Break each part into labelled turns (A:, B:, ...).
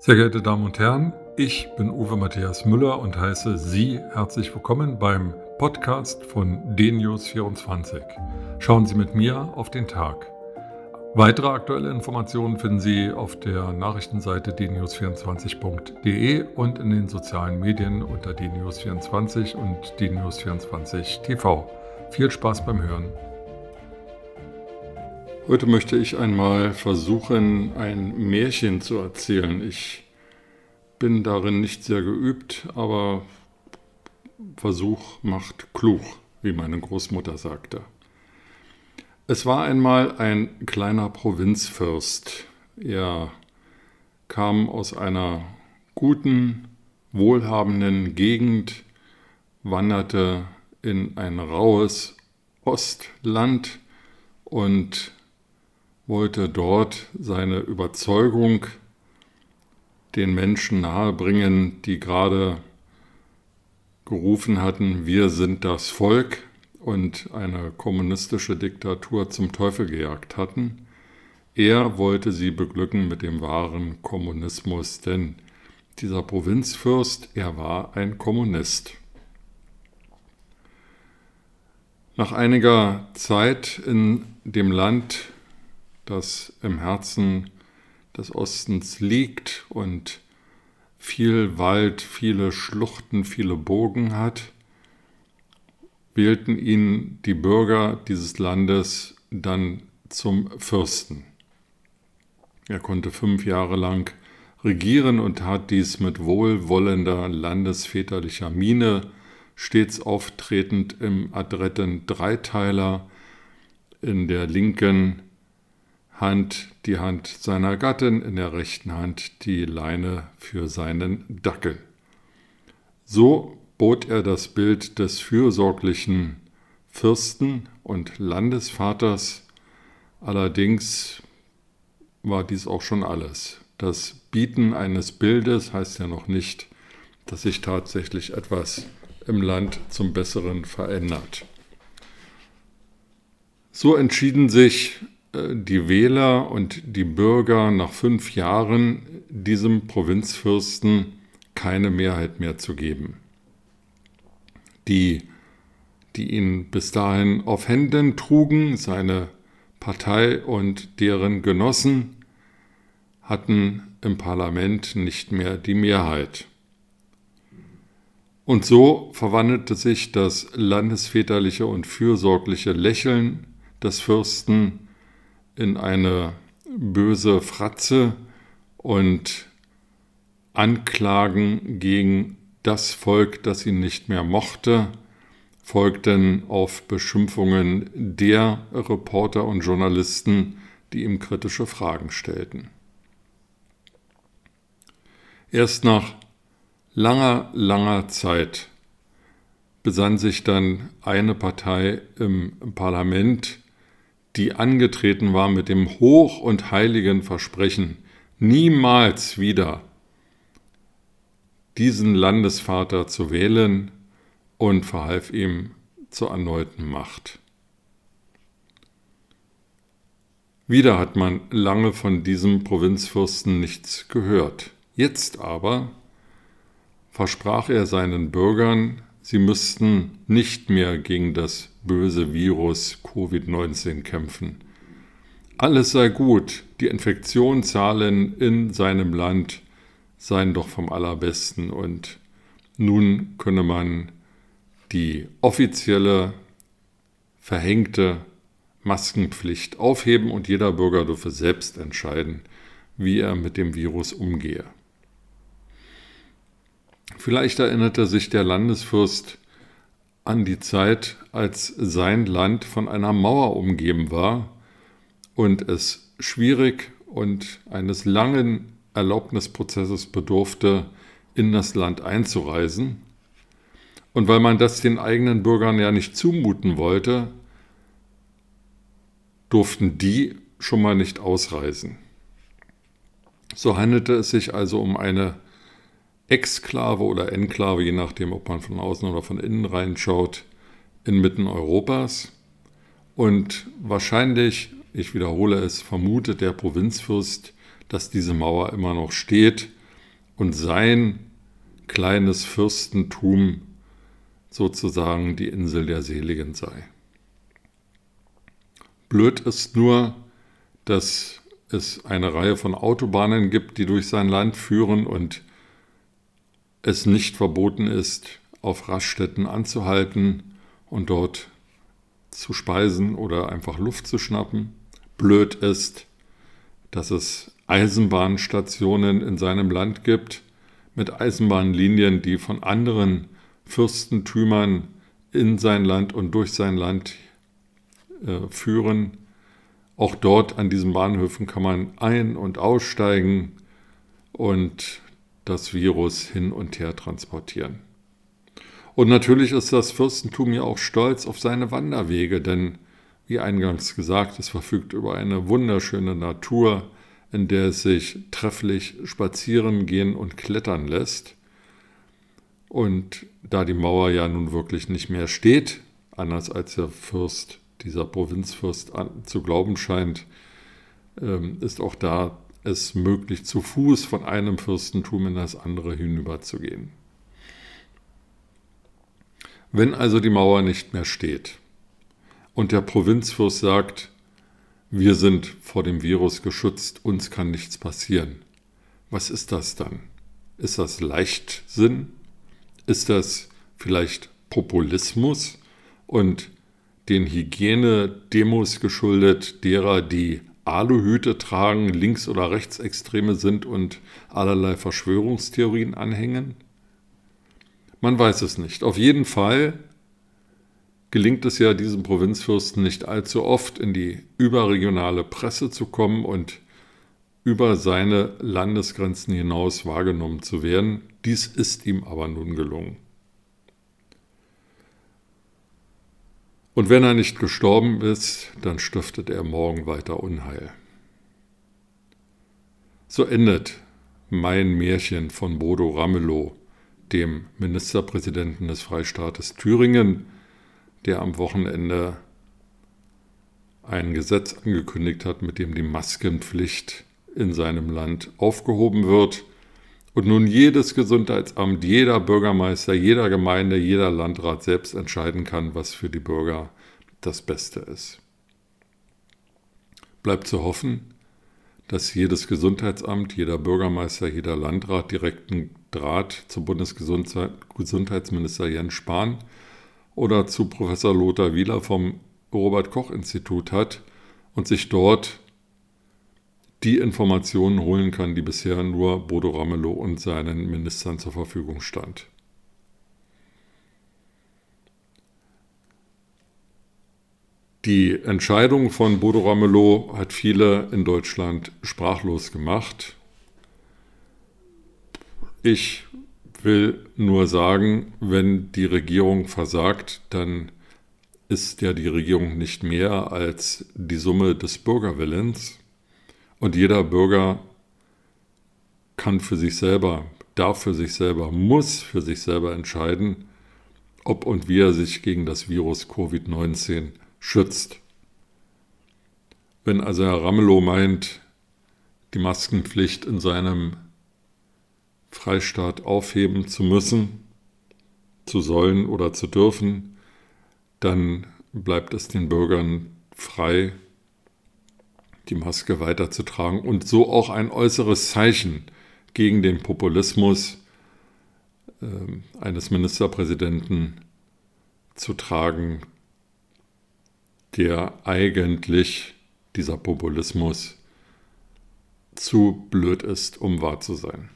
A: Sehr geehrte Damen und Herren, ich bin Uwe Matthias Müller und heiße Sie herzlich willkommen beim Podcast von dnews24. Schauen Sie mit mir auf den Tag. Weitere aktuelle Informationen finden Sie auf der Nachrichtenseite dnews24.de und in den sozialen Medien unter dnews24 und dnews24 TV. Viel Spaß beim Hören. Heute möchte ich einmal versuchen, ein Märchen zu erzählen. Ich bin darin nicht sehr geübt, aber Versuch macht klug, wie meine Großmutter sagte. Es war einmal ein kleiner Provinzfürst. Er kam aus einer guten, wohlhabenden Gegend, wanderte in ein raues Ostland und wollte dort seine Überzeugung den Menschen nahebringen, die gerade gerufen hatten, wir sind das Volk und eine kommunistische Diktatur zum Teufel gejagt hatten. Er wollte sie beglücken mit dem wahren Kommunismus, denn dieser Provinzfürst, er war ein Kommunist. Nach einiger Zeit in dem Land, das im Herzen des Ostens liegt und viel Wald, viele Schluchten, viele Burgen hat, wählten ihn die Bürger dieses Landes dann zum Fürsten. Er konnte 5 Jahre lang regieren und tat dies mit wohlwollender landesväterlicher Miene, stets auftretend im adretten Dreiteiler, in der linken Hand die Hand seiner Gattin, in der rechten Hand die Leine für seinen Dackel. So bot er das Bild des fürsorglichen Fürsten und Landesvaters. Allerdings war dies auch schon alles. Das Bieten eines Bildes heißt ja noch nicht, dass sich tatsächlich etwas im Land zum Besseren verändert. So entschieden sich die Wähler und die Bürger nach 5 Jahren diesem Provinzfürsten keine Mehrheit mehr zu geben. Die ihn bis dahin auf Händen trugen, seine Partei und deren Genossen, hatten im Parlament nicht mehr die Mehrheit. Und so verwandelte sich das landesväterliche und fürsorgliche Lächeln des Fürsten in eine böse Fratze und Anklagen gegen das Volk, das ihn nicht mehr mochte, folgten auf Beschimpfungen der Reporter und Journalisten, die ihm kritische Fragen stellten. Erst nach langer Zeit besann sich dann eine Partei im Parlament, die angetreten war mit dem hoch und heiligen Versprechen, niemals wieder diesen Landesvater zu wählen, und verhalf ihm zur erneuten Macht. Wieder hat man lange von diesem Provinzfürsten nichts gehört. Jetzt aber versprach er seinen Bürgern, sie müssten nicht mehr gegen das böse Virus Covid-19 kämpfen. Alles sei gut, die Infektionszahlen in seinem Land seien doch vom allerbesten und nun könne man die offizielle verhängte Maskenpflicht aufheben und jeder Bürger dürfe selbst entscheiden, wie er mit dem Virus umgehe. Vielleicht erinnerte sich der Landesfürst an die Zeit, als sein Land von einer Mauer umgeben war und es schwierig und eines langen Erlaubnisprozesses bedurfte, in das Land einzureisen. Und weil man das den eigenen Bürgern ja nicht zumuten wollte, durften die schon mal nicht ausreisen. So handelte es sich also um eine Exklave oder Enklave, je nachdem, ob man von außen oder von innen reinschaut, inmitten Europas. Und wahrscheinlich, ich wiederhole es, vermutet der Provinzfürst, dass diese Mauer immer noch steht und sein kleines Fürstentum sozusagen die Insel der Seligen sei. Blöd ist nur, dass es eine Reihe von Autobahnen gibt, die durch sein Land führen und es nicht verboten ist, auf Raststätten anzuhalten und dort zu speisen oder einfach Luft zu schnappen. Blöd ist, dass es Eisenbahnstationen in seinem Land gibt, mit Eisenbahnlinien, die von anderen Fürstentümern in sein Land und durch sein Land führen. Auch dort an diesen Bahnhöfen kann man ein- und aussteigen und das Virus hin und her transportieren. Und natürlich ist das Fürstentum ja auch stolz auf seine Wanderwege, denn wie eingangs gesagt, es verfügt über eine wunderschöne Natur, in der es sich trefflich spazieren gehen und klettern lässt. Und da die Mauer ja nun wirklich nicht mehr steht, anders als der Fürst, dieser Provinzfürst zu glauben scheint, ist auch da es möglich, zu Fuß von einem Fürstentum in das andere hinüberzugehen. Wenn also die Mauer nicht mehr steht und der Provinzfürst sagt, wir sind vor dem Virus geschützt, uns kann nichts passieren, was ist das dann? Ist das Leichtsinn? Ist das vielleicht Populismus und den Hygienedemos geschuldet, derer, die Aluhüte tragen, links- oder rechtsextreme sind und allerlei Verschwörungstheorien anhängen? Man weiß es nicht. Auf jeden Fall gelingt es ja diesem Provinzfürsten nicht allzu oft, in die überregionale Presse zu kommen und über seine Landesgrenzen hinaus wahrgenommen zu werden. Dies ist ihm aber nun gelungen. Und wenn er nicht gestorben ist, dann stiftet er morgen weiter Unheil. So endet mein Märchen von Bodo Ramelow, dem Ministerpräsidenten des Freistaates Thüringen, der am Wochenende ein Gesetz angekündigt hat, mit dem die Maskenpflicht in seinem Land aufgehoben wird und nun jedes Gesundheitsamt, jeder Bürgermeister, jeder Gemeinde, jeder Landrat selbst entscheiden kann, was für die Bürger das Beste ist. Bleibt zu hoffen, dass jedes Gesundheitsamt, jeder Bürgermeister, jeder Landrat direkten Draht zum Bundesgesundheitsminister Jens Spahn oder zu Professor Lothar Wieler vom Robert-Koch-Institut hat und sich dort die Informationen holen kann, die bisher nur Bodo Ramelow und seinen Ministern zur Verfügung stand. Die Entscheidung von Bodo Ramelow hat viele in Deutschland sprachlos gemacht. Ich will nur sagen, wenn die Regierung versagt, dann ist ja die Regierung nicht mehr als die Summe des Bürgerwillens. Und jeder Bürger kann für sich selber, darf für sich selber, muss für sich selber entscheiden, ob und wie er sich gegen das Virus Covid-19 schützt. Wenn also Herr Ramelow meint, die Maskenpflicht in seinem Freistaat aufheben zu müssen, zu sollen oder zu dürfen, dann bleibt es den Bürgern frei, die Maske weiterzutragen und so auch ein äußeres Zeichen gegen den Populismus eines Ministerpräsidenten zu tragen, der eigentlich, dieser Populismus, zu blöd ist, um wahr zu sein.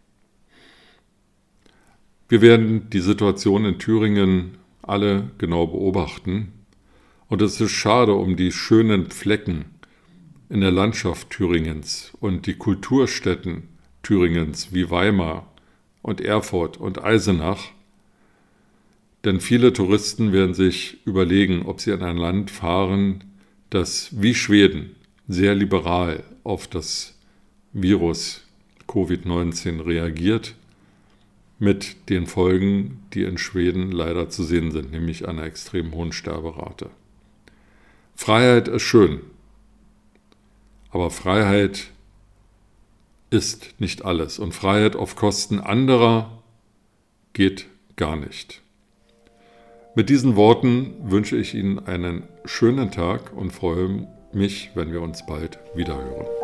A: Wir werden die Situation in Thüringen alle genau beobachten und es ist schade um die schönen Flecken in der Landschaft Thüringens und die Kulturstätten Thüringens wie Weimar und Erfurt und Eisenach, denn viele Touristen werden sich überlegen, ob sie in ein Land fahren, das wie Schweden sehr liberal auf das Virus Covid-19 reagiert, mit den Folgen, die in Schweden leider zu sehen sind, nämlich einer extrem hohen Sterberate. Freiheit ist schön, aber Freiheit ist nicht alles und Freiheit auf Kosten anderer geht gar nicht. Mit diesen Worten wünsche ich Ihnen einen schönen Tag und freue mich, wenn wir uns bald wiederhören.